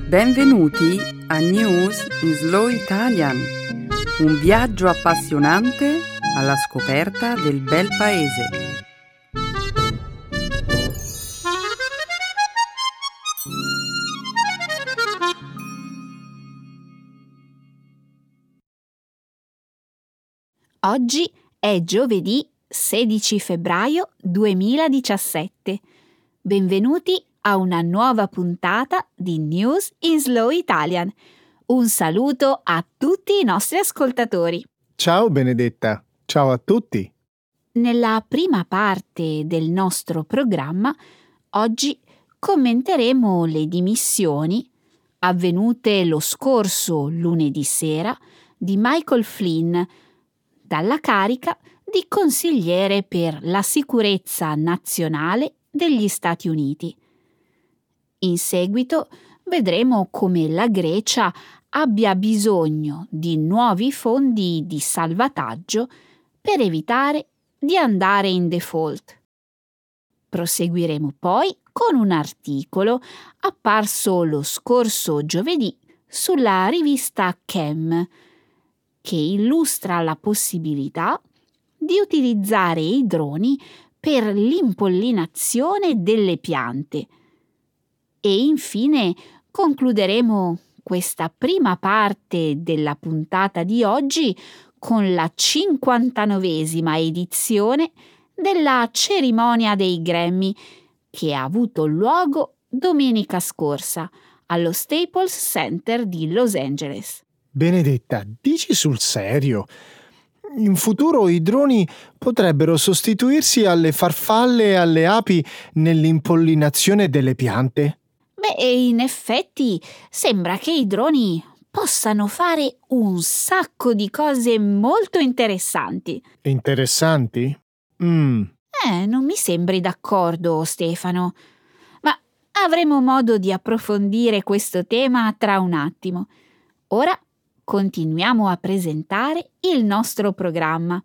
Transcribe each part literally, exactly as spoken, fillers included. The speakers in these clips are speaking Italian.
Benvenuti a News in Slow Italian, un viaggio appassionante alla scoperta del bel paese. Oggi è giovedì sedici febbraio duemiladiciassette. Benvenuti a una nuova puntata di News in Slow Italian. Un saluto a tutti i nostri ascoltatori. Ciao Benedetta, ciao a tutti. Nella prima parte del nostro programma, oggi commenteremo le dimissioni avvenute lo scorso lunedì sera di Michael Flynn dalla carica di consigliere per la sicurezza nazionale degli Stati Uniti. In seguito vedremo come la Grecia abbia bisogno di nuovi fondi di salvataggio per evitare di andare in default. Proseguiremo poi con un articolo apparso lo scorso giovedì sulla rivista Chem, che illustra la possibilità di utilizzare i droni per l'impollinazione delle piante. E infine concluderemo questa prima parte della puntata di oggi con la cinquantanovesima edizione della cerimonia dei Grammy, che ha avuto luogo domenica scorsa allo Staples Center di Los Angeles. Benedetta, dici sul serio? In futuro i droni potrebbero sostituirsi alle farfalle e alle api nell'impollinazione delle piante? Beh, in effetti sembra che i droni possano fare un sacco di cose molto interessanti. Interessanti? Mm. Eh, non mi sembri d'accordo, Stefano. Ma avremo modo di approfondire questo tema tra un attimo. Ora continuiamo a presentare il nostro programma.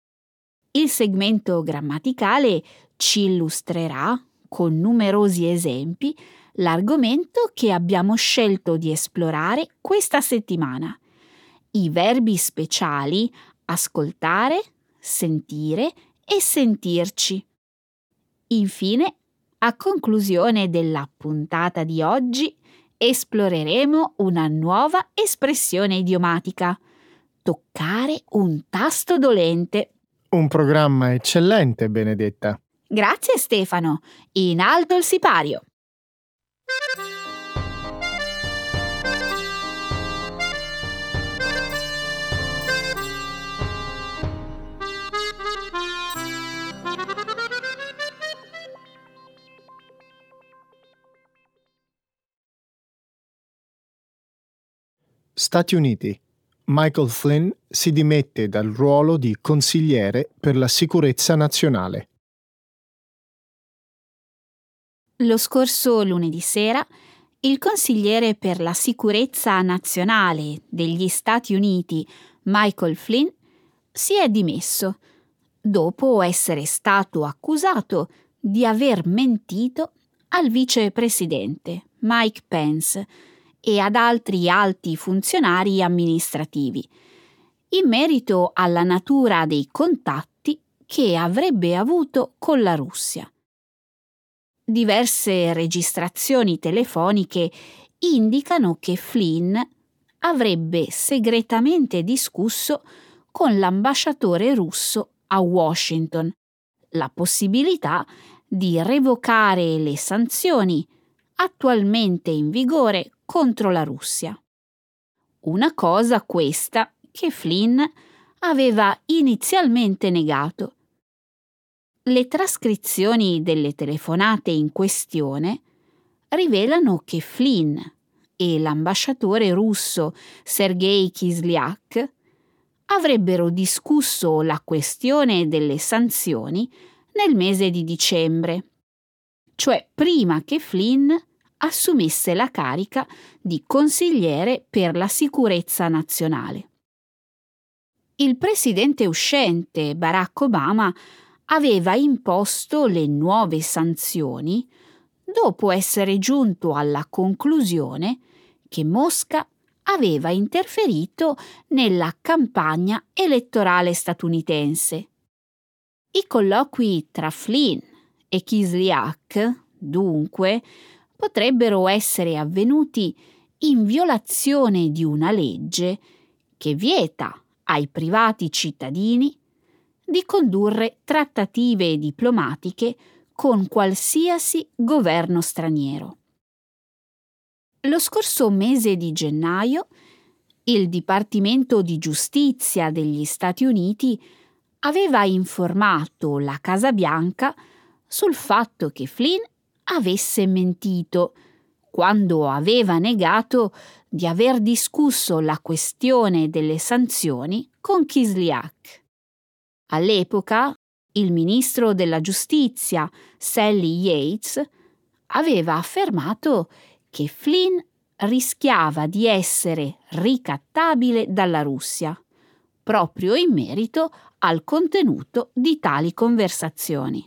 Il segmento grammaticale ci illustrerà, con numerosi esempi, l'argomento che abbiamo scelto di esplorare questa settimana: i verbi speciali ascoltare, sentire e sentirci. Infine, a conclusione della puntata di oggi, esploreremo una nuova espressione idiomatica: toccare un tasto dolente. Un programma eccellente, Benedetta. Grazie Stefano. In alto il sipario. Stati Uniti. Michael Flynn si dimette dal ruolo di consigliere per la sicurezza nazionale. Lo scorso lunedì sera, il consigliere per la sicurezza nazionale degli Stati Uniti, Michael Flynn, si è dimesso dopo essere stato accusato di aver mentito al vicepresidente Mike Pence e ad altri alti funzionari amministrativi in merito alla natura dei contatti che avrebbe avuto con la Russia. Diverse registrazioni telefoniche indicano che Flynn avrebbe segretamente discusso con l'ambasciatore russo a Washington la possibilità di revocare le sanzioni attualmente in vigore contro la Russia. Una cosa questa che Flynn aveva inizialmente negato. Le trascrizioni delle telefonate in questione rivelano che Flynn e l'ambasciatore russo Sergei Kislyak avrebbero discusso la questione delle sanzioni nel mese di dicembre, cioè prima che Flynn assumesse la carica di consigliere per la sicurezza nazionale. Il presidente uscente Barack Obama aveva imposto le nuove sanzioni dopo essere giunto alla conclusione che Mosca aveva interferito nella campagna elettorale statunitense. I colloqui tra Flynn e Kislyak, dunque, potrebbero essere avvenuti in violazione di una legge che vieta ai privati cittadini di condurre trattative diplomatiche con qualsiasi governo straniero. Lo scorso mese di gennaio, il Dipartimento di Giustizia degli Stati Uniti aveva informato la Casa Bianca sul fatto che Flynn avesse mentito quando aveva negato di aver discusso la questione delle sanzioni con Kislyak. All'epoca, il ministro della Giustizia, Sally Yates, aveva affermato che Flynn rischiava di essere ricattabile dalla Russia, proprio in merito al contenuto di tali conversazioni.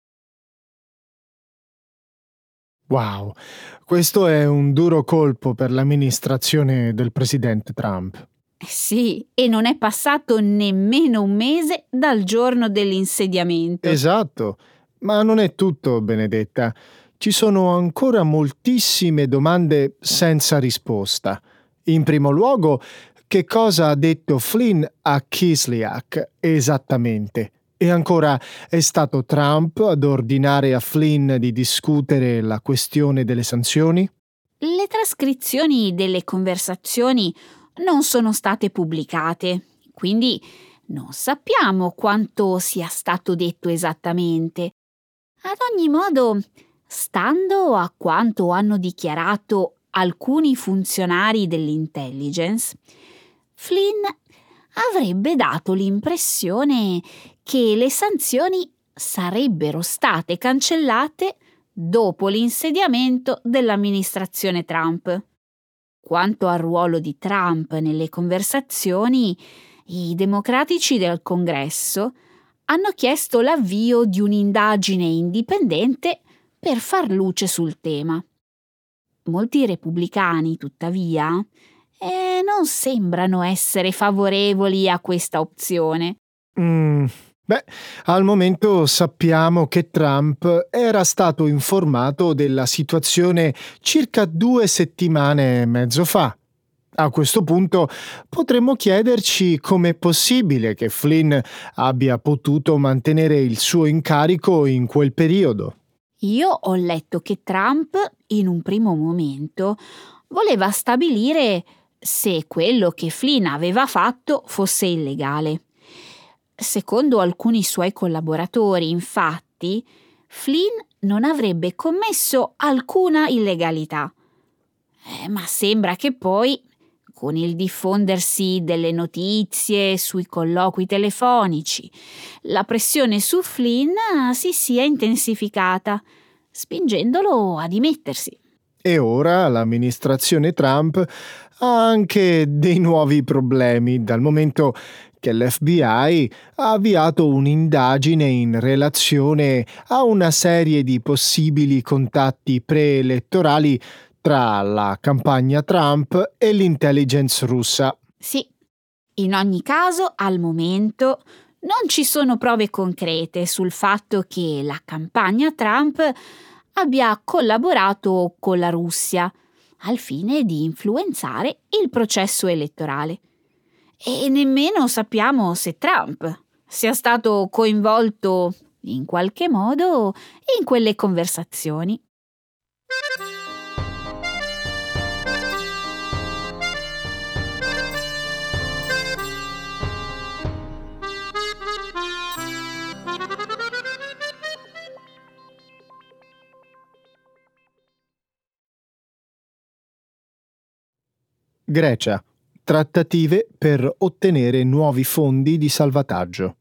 Wow, questo è un duro colpo per l'amministrazione del presidente Trump. Sì, e non è passato nemmeno un mese dal giorno dell'insediamento. Esatto, ma non è tutto, Benedetta. Ci sono ancora moltissime domande senza risposta. In primo luogo, che cosa ha detto Flynn a Kislyak esattamente? E ancora, è stato Trump ad ordinare a Flynn di discutere la questione delle sanzioni? Le trascrizioni delle conversazioni non sono state pubblicate, quindi non sappiamo quanto sia stato detto esattamente. Ad ogni modo, stando a quanto hanno dichiarato alcuni funzionari dell'intelligence, Flynn avrebbe dato l'impressione che le sanzioni sarebbero state cancellate dopo l'insediamento dell'amministrazione Trump. Quanto al ruolo di Trump nelle conversazioni, i democratici del Congresso hanno chiesto l'avvio di un'indagine indipendente per far luce sul tema. Molti repubblicani, tuttavia, eh, non sembrano essere favorevoli a questa opzione. Mm, beh, al momento sappiamo che Trump era stato informato della situazione circa due settimane e mezzo fa. A questo punto potremmo chiederci com'è possibile che Flynn abbia potuto mantenere il suo incarico in quel periodo. Io ho letto che Trump, in un primo momento, voleva stabilire se quello che Flynn aveva fatto fosse illegale. Secondo alcuni suoi collaboratori, infatti, Flynn non avrebbe commesso alcuna illegalità. Eh, ma sembra che poi, con il diffondersi delle notizie sui colloqui telefonici, la pressione su Flynn si sia intensificata, spingendolo a dimettersi. E ora l'amministrazione Trump ha anche dei nuovi problemi, dal momento che l'F B I ha avviato un'indagine in relazione a una serie di possibili contatti preelettorali tra la campagna Trump e l'intelligence russa. Sì, in ogni caso, al momento non ci sono prove concrete sul fatto che la campagna Trump abbia collaborato con la Russia al fine di influenzare il processo elettorale. E nemmeno sappiamo se Trump sia stato coinvolto in qualche modo in quelle conversazioni. Grecia. Trattative per ottenere nuovi fondi di salvataggio.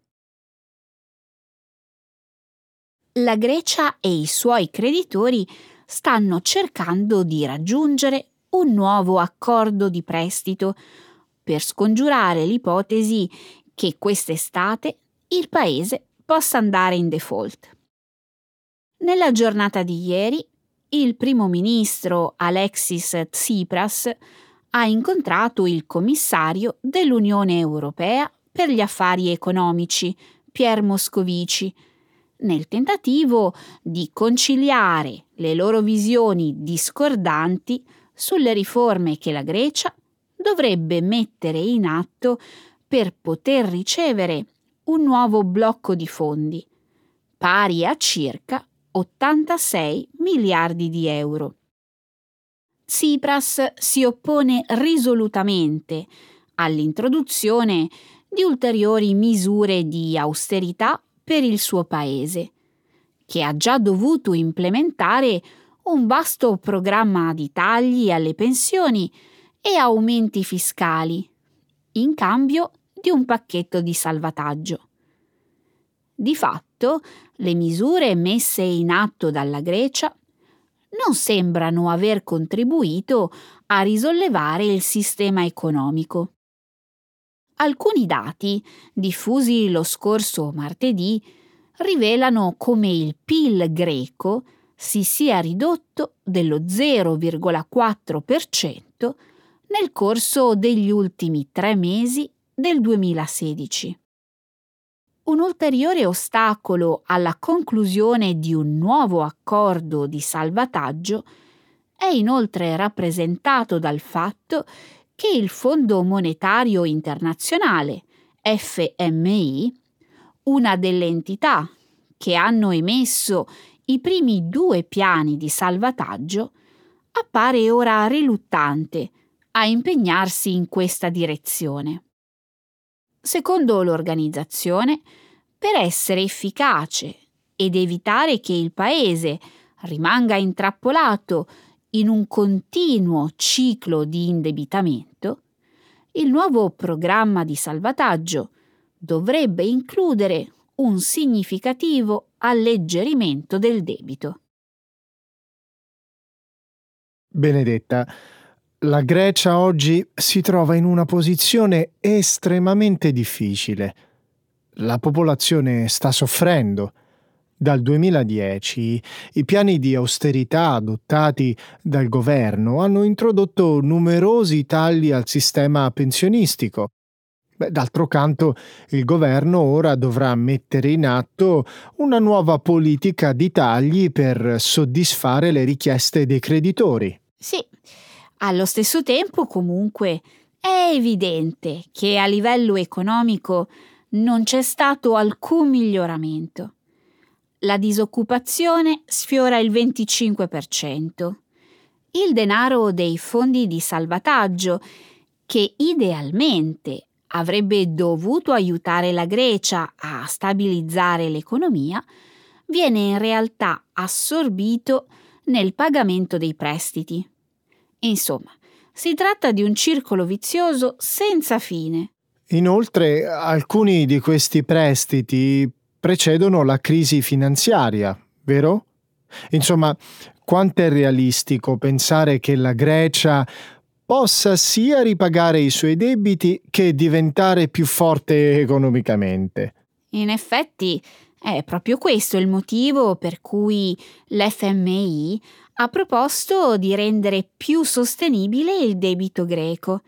La Grecia e i suoi creditori stanno cercando di raggiungere un nuovo accordo di prestito per scongiurare l'ipotesi che quest'estate il paese possa andare in default. Nella giornata di ieri, il primo ministro Alexis Tsipras ha incontrato il commissario dell'Unione Europea per gli affari economici, Pierre Moscovici, nel tentativo di conciliare le loro visioni discordanti sulle riforme che la Grecia dovrebbe mettere in atto per poter ricevere un nuovo blocco di fondi, pari a circa ottantasei miliardi di euro. Tsipras si oppone risolutamente all'introduzione di ulteriori misure di austerità per il suo paese, che ha già dovuto implementare un vasto programma di tagli alle pensioni e aumenti fiscali, in cambio di un pacchetto di salvataggio. Di fatto, le misure messe in atto dalla Grecia non sembrano aver contribuito a risollevare il sistema economico. Alcuni dati, diffusi lo scorso martedì, rivelano come il P I L greco si sia ridotto dello zero virgola quattro per cento nel corso degli ultimi tre mesi del duemilasedici. Un ulteriore ostacolo alla conclusione di un nuovo accordo di salvataggio è inoltre rappresentato dal fatto che il Fondo Monetario Internazionale, F M I, una delle entità che hanno emesso i primi due piani di salvataggio, appare ora riluttante a impegnarsi in questa direzione. Secondo l'organizzazione, per essere efficace ed evitare che il Paese rimanga intrappolato in un continuo ciclo di indebitamento, il nuovo programma di salvataggio dovrebbe includere un significativo alleggerimento del debito. Benedetta, la Grecia oggi si trova in una posizione estremamente difficile. La popolazione sta soffrendo. Dal duemiladieci i piani di austerità adottati dal governo hanno introdotto numerosi tagli al sistema pensionistico. Beh, d'altro canto, il governo ora dovrà mettere in atto una nuova politica di tagli per soddisfare le richieste dei creditori. Sì, allo stesso tempo comunque è evidente che a livello economico non c'è stato alcun miglioramento. La disoccupazione sfiora il venticinque per cento. Il denaro dei fondi di salvataggio, che idealmente avrebbe dovuto aiutare la Grecia a stabilizzare l'economia, viene in realtà assorbito nel pagamento dei prestiti. Insomma, si tratta di un circolo vizioso senza fine. Inoltre, alcuni di questi prestiti precedono la crisi finanziaria, vero? Insomma, quanto è realistico pensare che la Grecia possa sia ripagare i suoi debiti che diventare più forte economicamente? In effetti, è proprio questo il motivo per cui l'F M I ha proposto di rendere più sostenibile il debito greco.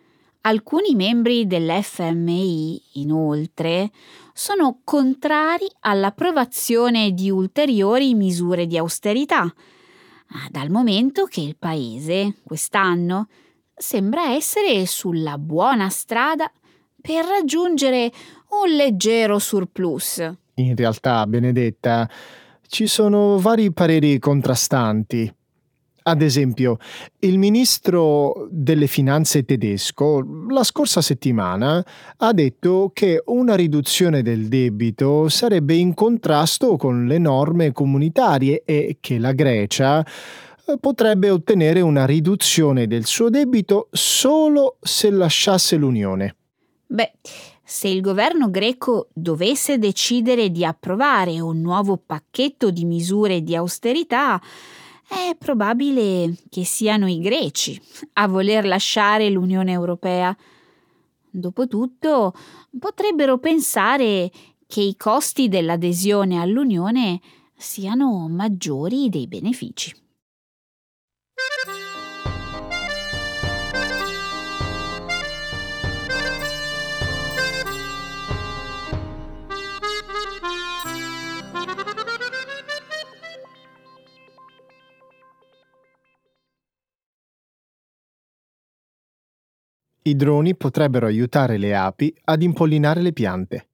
Alcuni membri dell'F M I, inoltre, sono contrari all'approvazione di ulteriori misure di austerità, dal momento che il paese, quest'anno, sembra essere sulla buona strada per raggiungere un leggero surplus. In realtà, Benedetta, ci sono vari pareri contrastanti. Ad esempio, il ministro delle finanze tedesco la scorsa settimana ha detto che una riduzione del debito sarebbe in contrasto con le norme comunitarie e che la Grecia potrebbe ottenere una riduzione del suo debito solo se lasciasse l'Unione. Beh, se il governo greco dovesse decidere di approvare un nuovo pacchetto di misure di austerità, è probabile che siano i greci a voler lasciare l'Unione Europea. Dopotutto, potrebbero pensare che i costi dell'adesione all'Unione siano maggiori dei benefici. I droni potrebbero aiutare le api ad impollinare le piante.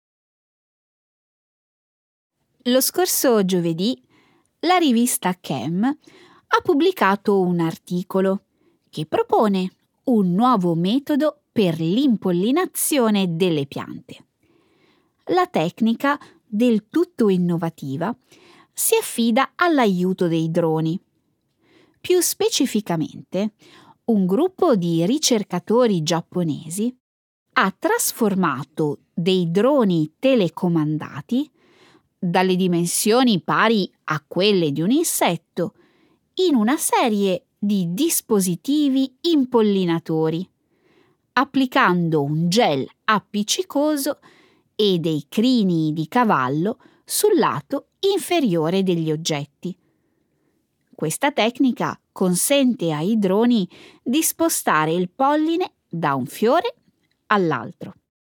Lo scorso giovedì la rivista Chem ha pubblicato un articolo che propone un nuovo metodo per l'impollinazione delle piante. La tecnica, del tutto innovativa, si affida all'aiuto dei droni. Più specificamente, un gruppo di ricercatori giapponesi ha trasformato dei droni telecomandati dalle dimensioni pari a quelle di un insetto in una serie di dispositivi impollinatori, applicando un gel appiccicoso e dei crini di cavallo sul lato inferiore degli oggetti. Questa tecnica consente ai droni di spostare il polline da un fiore all'altro.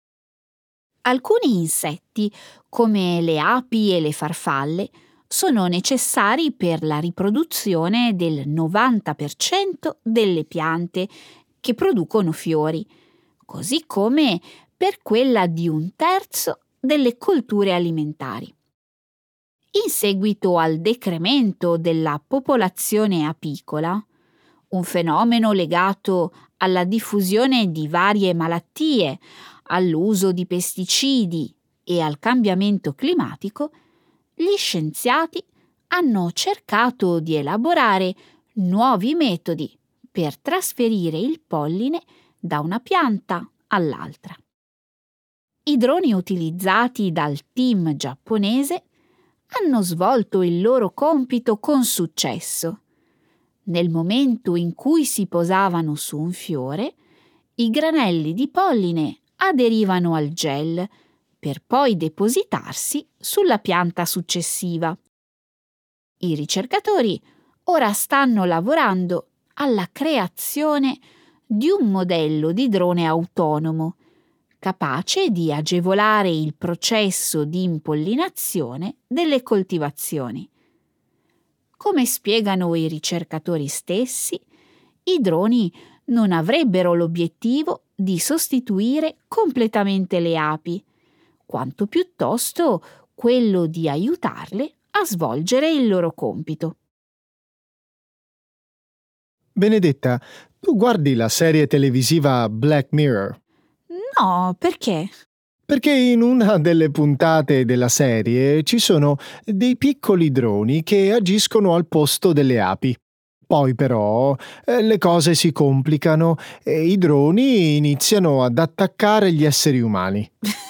Alcuni insetti, come le api e le farfalle, sono necessari per la riproduzione del novanta per cento delle piante che producono fiori, così come per quella di un terzo delle colture alimentari. In seguito al decremento della popolazione apicola, un fenomeno legato alla diffusione di varie malattie, all'uso di pesticidi e al cambiamento climatico, gli scienziati hanno cercato di elaborare nuovi metodi per trasferire il polline da una pianta all'altra. I droni utilizzati dal team giapponese hanno svolto il loro compito con successo. Nel momento in cui si posavano su un fiore, i granelli di polline aderivano al gel per poi depositarsi sulla pianta successiva. I ricercatori ora stanno lavorando alla creazione di un modello di drone autonomo capace di agevolare il processo di impollinazione delle coltivazioni. Come spiegano i ricercatori stessi, i droni non avrebbero l'obiettivo di sostituire completamente le api, quanto piuttosto quello di aiutarle a svolgere il loro compito. Benedetta, tu guardi la serie televisiva Black Mirror? No, perché? Perché in una delle puntate della serie ci sono dei piccoli droni che agiscono al posto delle api. Poi però eh, le cose si complicano e i droni iniziano ad attaccare gli esseri umani.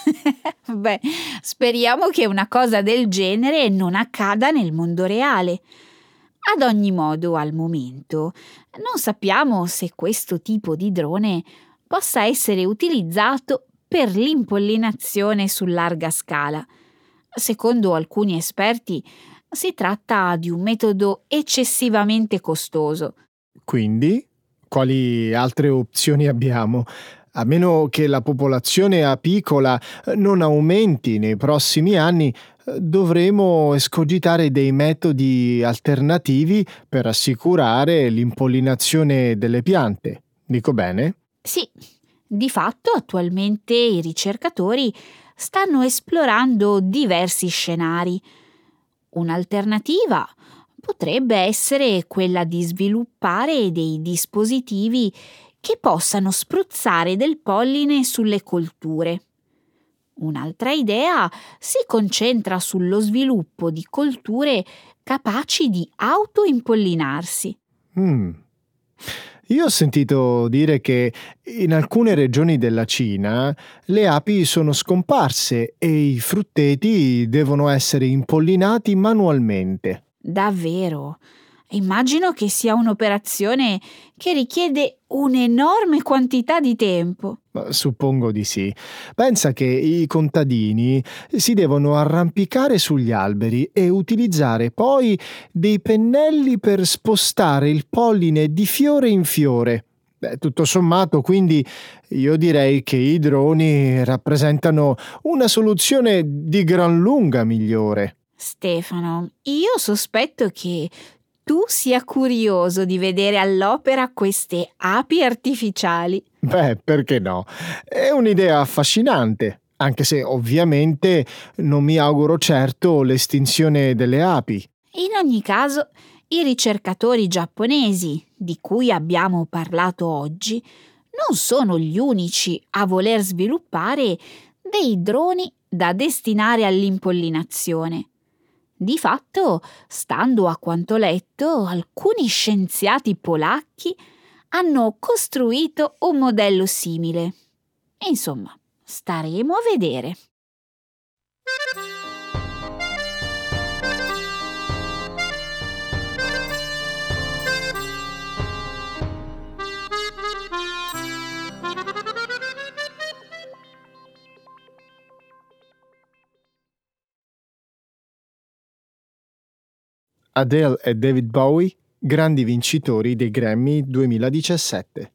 Beh, speriamo che una cosa del genere non accada nel mondo reale. Ad ogni modo, al momento, non sappiamo se questo tipo di drone possa essere utilizzato per l'impollinazione su larga scala. Secondo alcuni esperti, si tratta di un metodo eccessivamente costoso. Quindi, quali altre opzioni abbiamo? A meno che la popolazione apicola non aumenti nei prossimi anni, dovremo escogitare dei metodi alternativi per assicurare l'impollinazione delle piante. Dico bene? Sì, di fatto attualmente i ricercatori stanno esplorando diversi scenari. Un'alternativa potrebbe essere quella di sviluppare dei dispositivi che possano spruzzare del polline sulle colture. Un'altra idea si concentra sullo sviluppo di colture capaci di autoimpollinarsi. Mm. Io ho sentito dire che in alcune regioni della Cina le api sono scomparse e i frutteti devono essere impollinati manualmente. Davvero? Immagino che sia un'operazione che richiede un'enorme quantità di tempo. Ma suppongo di sì. Pensa che i contadini si devono arrampicare sugli alberi e utilizzare poi dei pennelli per spostare il polline di fiore in fiore. Beh, tutto sommato, quindi, io direi che i droni rappresentano una soluzione di gran lunga migliore. Stefano, io sospetto che tu sia curioso di vedere all'opera queste api artificiali. Beh, perché no? È un'idea affascinante, anche se ovviamente non mi auguro certo l'estinzione delle api. In ogni caso, i ricercatori giapponesi, di cui abbiamo parlato oggi, non sono gli unici a voler sviluppare dei droni da destinare all'impollinazione. Di fatto, stando a quanto letto, alcuni scienziati polacchi hanno costruito un modello simile. Insomma, staremo a vedere. Adele e David Bowie, grandi vincitori dei Grammy duemiladiciassette.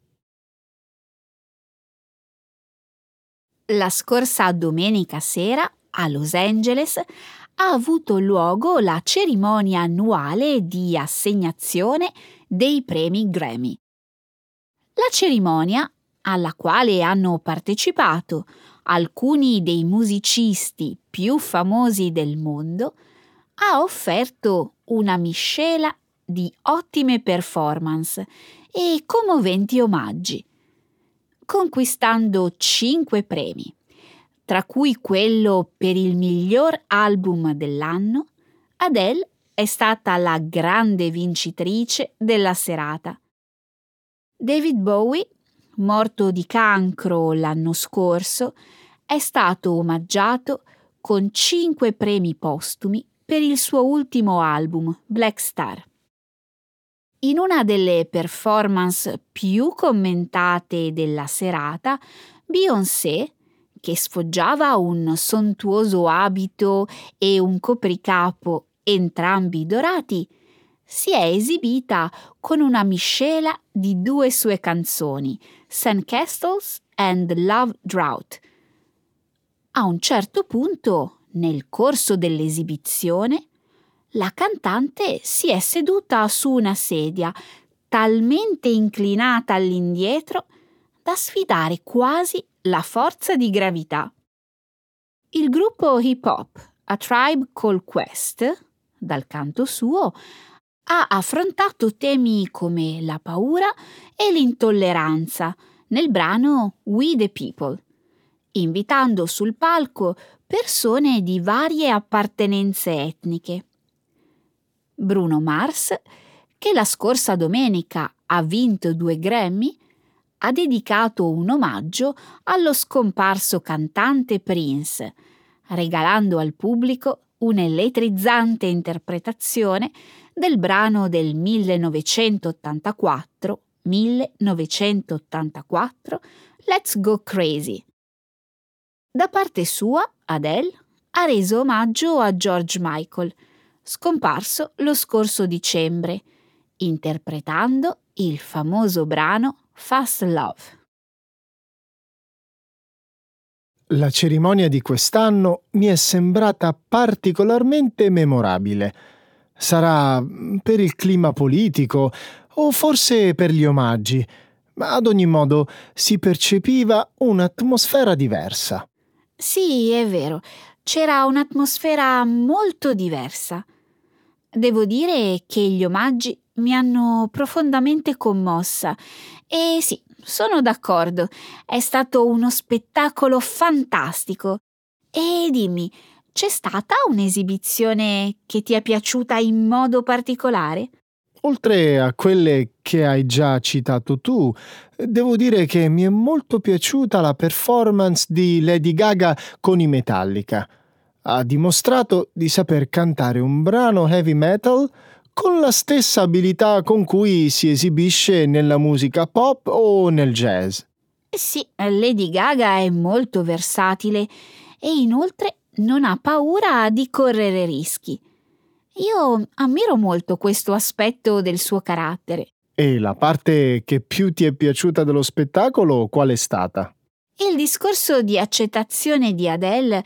La scorsa domenica sera, a Los Angeles, ha avuto luogo la cerimonia annuale di assegnazione dei premi Grammy. La cerimonia, alla quale hanno partecipato alcuni dei musicisti più famosi del mondo, ha offerto una miscela di ottime performance e commoventi omaggi, conquistando cinque premi, tra cui quello per il miglior album dell'anno. Adele è stata la grande vincitrice della serata. David Bowie, morto di cancro l'anno scorso, è stato omaggiato con cinque premi postumi per il suo ultimo album, Black Star. In una delle performance più commentate della serata, Beyoncé, che sfoggiava un sontuoso abito e un copricapo entrambi dorati, si è esibita con una miscela di due sue canzoni, Sandcastles and Love Drought. A un certo punto, nel corso dell'esibizione, la cantante si è seduta su una sedia talmente inclinata all'indietro da sfidare quasi la forza di gravità. Il gruppo hip hop A Tribe Called Quest, dal canto suo, ha affrontato temi come la paura e l'intolleranza nel brano We the People, invitando sul palco persone di varie appartenenze etniche. Bruno Mars, che la scorsa domenica ha vinto due Grammy, ha dedicato un omaggio allo scomparso cantante Prince, regalando al pubblico un'elettrizzante interpretazione del brano del millenovecentottantaquattro millenovecentottantaquattro Let's Go Crazy. Da parte sua, Adele ha reso omaggio a George Michael, scomparso lo scorso dicembre, interpretando il famoso brano Fast Love. La cerimonia di quest'anno mi è sembrata particolarmente memorabile. Sarà per il clima politico o forse per gli omaggi, ma ad ogni modo si percepiva un'atmosfera diversa. Sì, è vero, c'era un'atmosfera molto diversa. Devo dire che gli omaggi mi hanno profondamente commossa e sì, sono d'accordo, è stato uno spettacolo fantastico. E dimmi, c'è stata un'esibizione che ti è piaciuta in modo particolare? Oltre a quelle che hai già citato tu, devo dire che mi è molto piaciuta la performance di Lady Gaga con i Metallica. Ha dimostrato di saper cantare un brano heavy metal con la stessa abilità con cui si esibisce nella musica pop o nel jazz. Sì, Lady Gaga è molto versatile e inoltre non ha paura di correre rischi. Io ammiro molto questo aspetto del suo carattere. E la parte che più ti è piaciuta dello spettacolo qual è stata? Il discorso di accettazione di Adele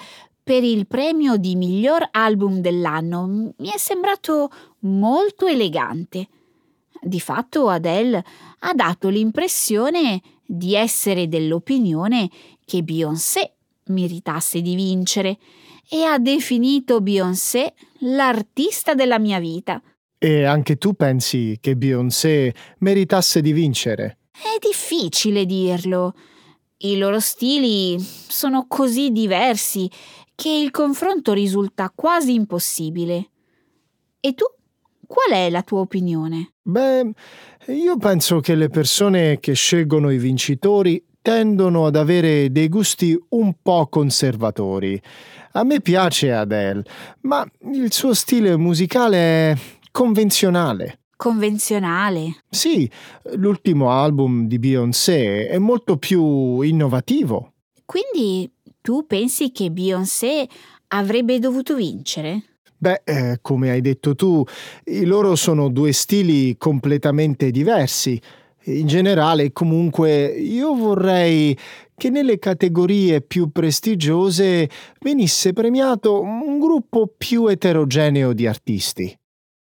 per il premio di miglior album dell'anno. Mi è sembrato molto elegante. Di fatto Adele ha dato l'impressione di essere dell'opinione che Beyoncé meritasse di vincere e ha definito Beyoncé l'artista della mia vita. E anche tu pensi che Beyoncé meritasse di vincere? È difficile dirlo. I loro stili sono così diversi che il confronto risulta quasi impossibile. E tu? Qual è la tua opinione? Beh, io penso che le persone che scelgono i vincitori tendono ad avere dei gusti un po' conservatori. A me piace Adele, ma il suo stile musicale è convenzionale. Convenzionale? Sì, l'ultimo album di Beyoncé è molto più innovativo. Quindi tu pensi che Beyoncé avrebbe dovuto vincere? Beh, eh, come hai detto tu, i loro sono due stili completamente diversi. In generale, comunque, io vorrei che nelle categorie più prestigiose venisse premiato un gruppo più eterogeneo di artisti.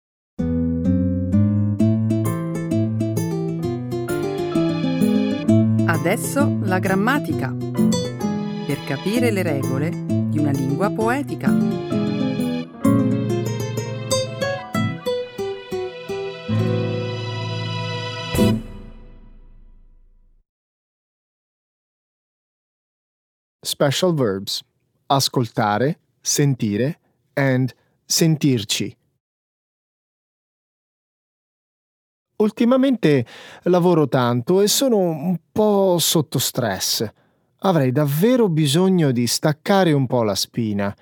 Adesso la grammatica, per capire le regole di una lingua poetica. Special verbs: ascoltare, sentire, and sentirci. Ultimamente lavoro tanto e sono un po' sotto stress. Avrei davvero bisogno di staccare un po' la spina.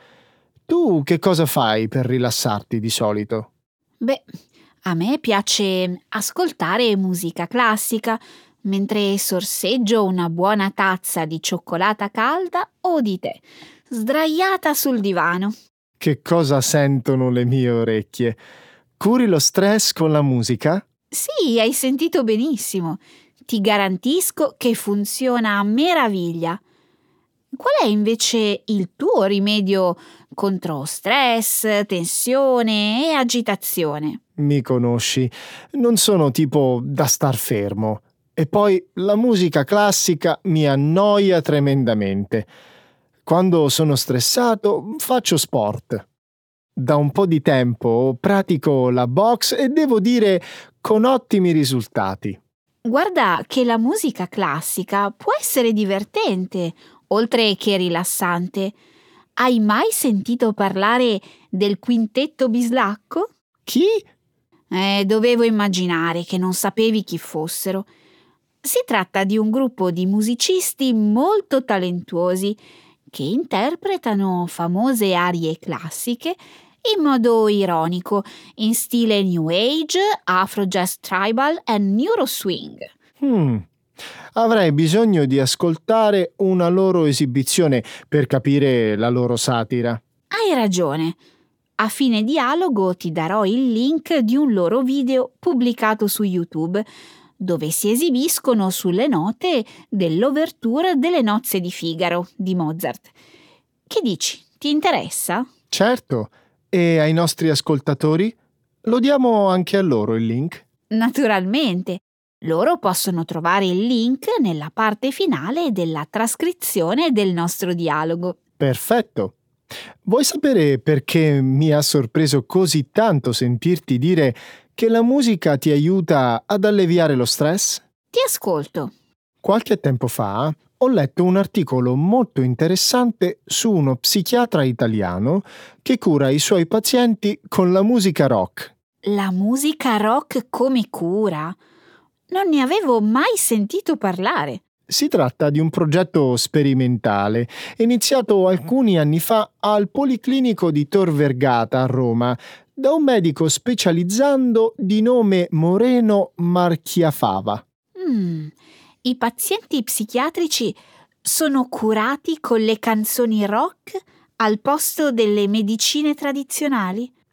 Tu che cosa fai per rilassarti di solito? Beh, a me piace ascoltare musica classica mentre sorseggio una buona tazza di cioccolata calda o di tè, sdraiata sul divano. Che cosa sentono le mie orecchie? Curi lo stress con la musica? Sì, hai sentito benissimo. Ti garantisco che funziona a meraviglia. Qual è invece il tuo rimedio contro stress, tensione e agitazione? Mi conosci, non sono tipo da star fermo. E poi la musica classica mi annoia tremendamente. Quando sono stressato faccio sport. Da un po' di tempo pratico la box e devo dire con ottimi risultati. Guarda che la musica classica può essere divertente, oltre che rilassante. Hai mai sentito parlare del quintetto Bislacco? Chi? Eh, dovevo immaginare che non sapevi chi fossero. Si tratta di un gruppo di musicisti molto talentuosi che interpretano famose arie classiche in modo ironico, in stile New Age, Afro Jazz Tribal e Neuro Swing. Hmm. Avrei bisogno di ascoltare una loro esibizione per capire la loro satira. Hai ragione. A fine dialogo ti darò il link di un loro video pubblicato su YouTube, dove si esibiscono sulle note dell'ouverture delle Nozze di Figaro di Mozart. Che dici? Ti interessa? Certo. E ai nostri ascoltatori? Lo diamo anche a loro il link? Naturalmente. Loro possono trovare il link nella parte finale della trascrizione del nostro dialogo. Perfetto. Vuoi sapere perché mi ha sorpreso così tanto sentirti dire che la musica ti aiuta ad alleviare lo stress? Ti ascolto. Qualche tempo fa ho letto un articolo molto interessante su uno psichiatra italiano che cura i suoi pazienti con la musica rock. La musica rock come cura? Non ne avevo mai sentito parlare. Si tratta di un progetto sperimentale, iniziato alcuni anni fa al Policlinico di Tor Vergata a Roma, da un medico specializzando di nome Moreno Marchiafava. Mm, I pazienti psichiatrici sono curati con le canzoni rock al posto delle medicine tradizionali?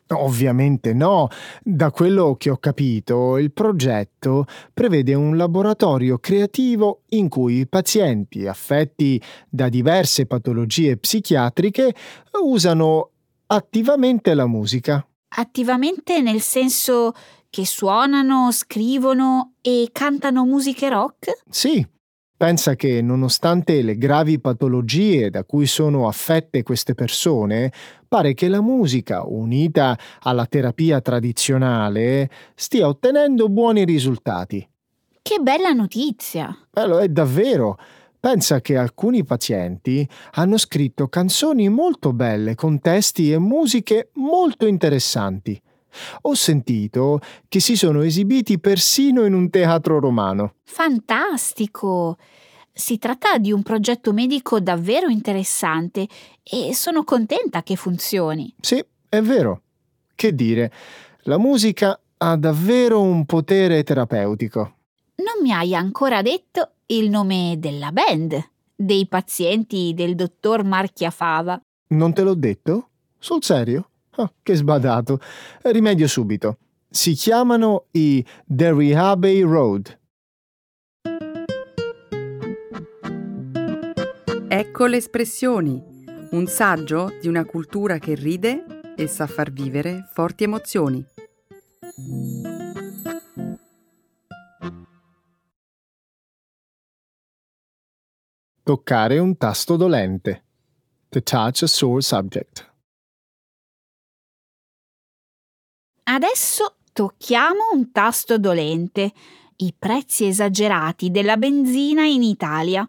Ovviamente no. Da quello che ho capito, il progetto prevede un laboratorio creativo in cui i pazienti affetti da diverse patologie psichiatriche usano attivamente la musica. Attivamente nel senso che suonano, scrivono e cantano musiche rock? Sì, pensa che nonostante le gravi patologie da cui sono affette queste persone, pare che la musica, unita alla terapia tradizionale, stia ottenendo buoni risultati. Che bella notizia! Eh, lo è davvero. Pensa che alcuni pazienti hanno scritto canzoni molto belle con testi e musiche molto interessanti. Ho sentito che si sono esibiti persino in un teatro romano. Fantastico! Si tratta di un progetto medico davvero interessante e sono contenta che funzioni. Sì, è vero. Che dire, la musica ha davvero un potere terapeutico. Non mi hai ancora detto il nome della band, dei pazienti del dottor Marchiafava. Non te l'ho detto? Sul serio? Ah, che sbadato. Rimedio subito. Si chiamano i The Rehabe Road. Ecco le espressioni, un saggio di una cultura che ride e sa far vivere forti emozioni. Toccare un tasto dolente. To touch a sore subject. Adesso tocchiamo un tasto dolente, i prezzi esagerati della benzina in Italia.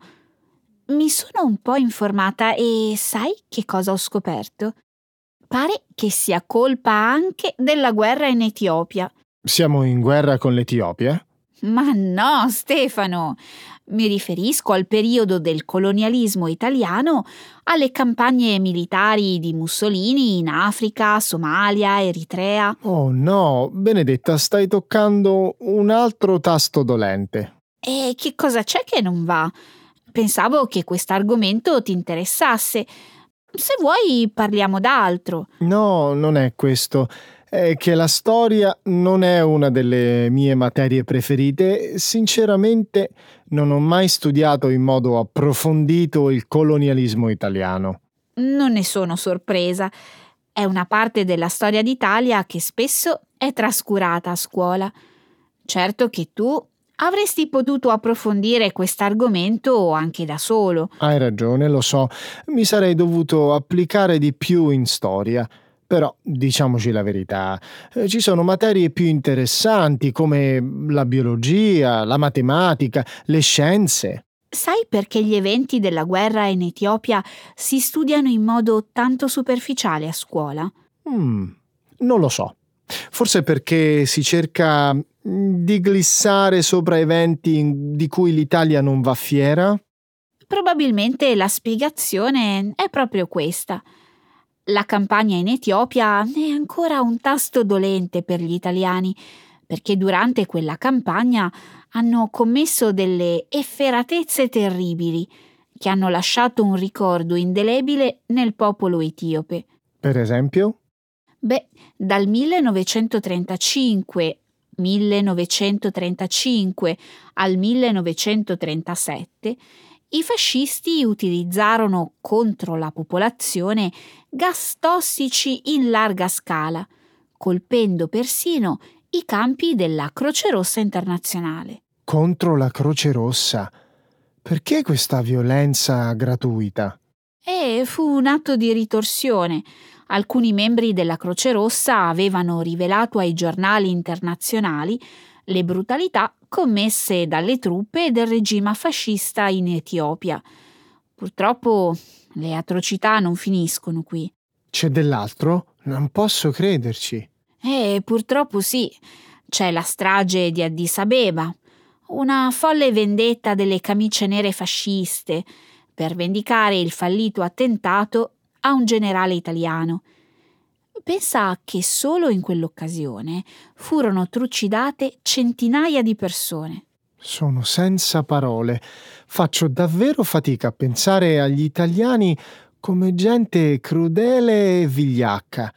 Mi sono un po' informata e sai che cosa ho scoperto? Pare che sia colpa anche della guerra in Etiopia. Siamo in guerra con l'Etiopia? Ma no, Stefano! Mi riferisco al periodo del colonialismo italiano, alle campagne militari di Mussolini in Africa, Somalia, Eritrea. Oh no, Benedetta, stai toccando un altro tasto dolente. E che cosa c'è che non va? Pensavo che quest'argomento ti interessasse. Se vuoi parliamo d'altro. No, non è questo. È che la storia non è una delle mie materie preferite. Sinceramente, non ho mai studiato in modo approfondito il colonialismo italiano. Non ne sono sorpresa. È una parte della storia d'Italia che spesso è trascurata a scuola. Certo che tu avresti potuto approfondire quest'argomento anche da solo. Hai ragione, lo so. Mi sarei dovuto applicare di più in storia. Però, diciamoci la verità, eh, ci sono materie più interessanti come la biologia, la matematica, le scienze. Sai perché gli eventi della guerra in Etiopia si studiano in modo tanto superficiale a scuola? Mm, non lo so. Forse perché si cerca mm, di glissare sopra eventi in- di cui l'Italia non va fiera? Probabilmente la spiegazione è proprio questa. La campagna in Etiopia è ancora un tasto dolente per gli italiani, perché durante quella campagna hanno commesso delle efferatezze terribili che hanno lasciato un ricordo indelebile nel popolo etiope. Per esempio? Beh, dal millenovecentotrentacinque, millenovecentotrentacinque al millenovecentotrentasette i fascisti utilizzarono contro la popolazione gas tossici in larga scala, colpendo persino i campi della Croce Rossa Internazionale. Contro la Croce Rossa. Perché questa violenza gratuita? E fu un atto di ritorsione. Alcuni membri della Croce Rossa avevano rivelato ai giornali internazionali le brutalità commesse dalle truppe del regime fascista in Etiopia. Purtroppo le atrocità non finiscono qui. C'è dell'altro? Non posso crederci. Eh, purtroppo sì. C'è la strage di Addis Abeba, una folle vendetta delle camicie nere fasciste per vendicare il fallito attentato a un generale italiano. Pensa che solo in quell'occasione furono trucidate centinaia di persone. Sono senza parole. Faccio davvero fatica a pensare agli italiani come gente crudele e vigliacca.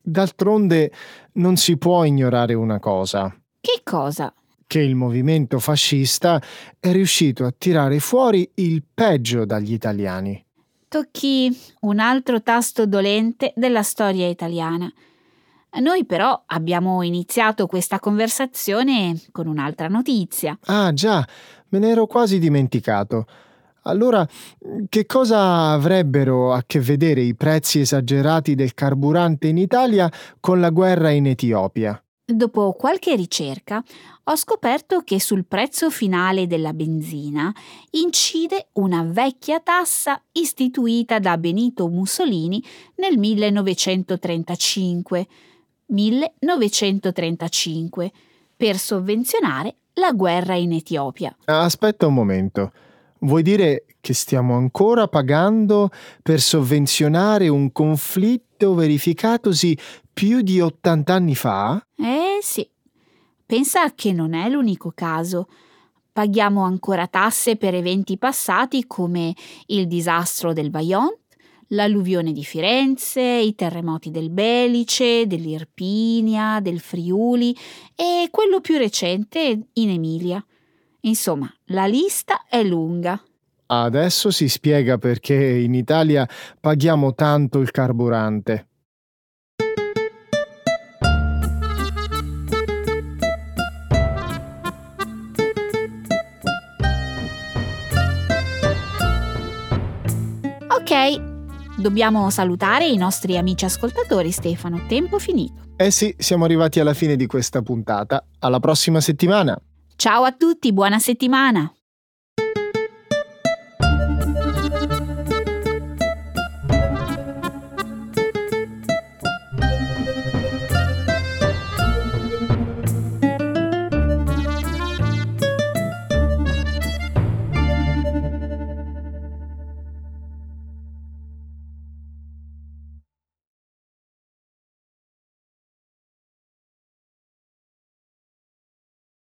D'altronde non si può ignorare una cosa. Che cosa? Che il movimento fascista è riuscito a tirare fuori il peggio dagli italiani. Tocchi un altro tasto dolente della storia italiana. Noi però abbiamo iniziato questa conversazione con un'altra notizia. Ah già, me ne ero quasi dimenticato. Allora, che cosa avrebbero a che vedere i prezzi esagerati del carburante in Italia con la guerra in Etiopia? Dopo qualche ricerca ho scoperto che sul prezzo finale della benzina incide una vecchia tassa istituita da Benito Mussolini nel millenovecentotrentacinque. millenovecentotrentacinque per sovvenzionare la guerra in Etiopia. Aspetta un momento. Vuoi dire che stiamo ancora pagando per sovvenzionare un conflitto verificatosi più di ottanta anni fa? Eh sì, pensa che non è l'unico caso. Paghiamo ancora tasse per eventi passati come il disastro del Vajont, l'alluvione di Firenze, i terremoti del Belice, dell'Irpinia, del Friuli e quello più recente in Emilia. Insomma, la lista è lunga. Adesso si spiega perché in Italia paghiamo tanto il carburante. Ok, dobbiamo salutare i nostri amici ascoltatori, Stefano. Tempo finito. Eh sì, siamo arrivati alla fine di questa puntata. Alla prossima settimana! Ciao a tutti, buona settimana!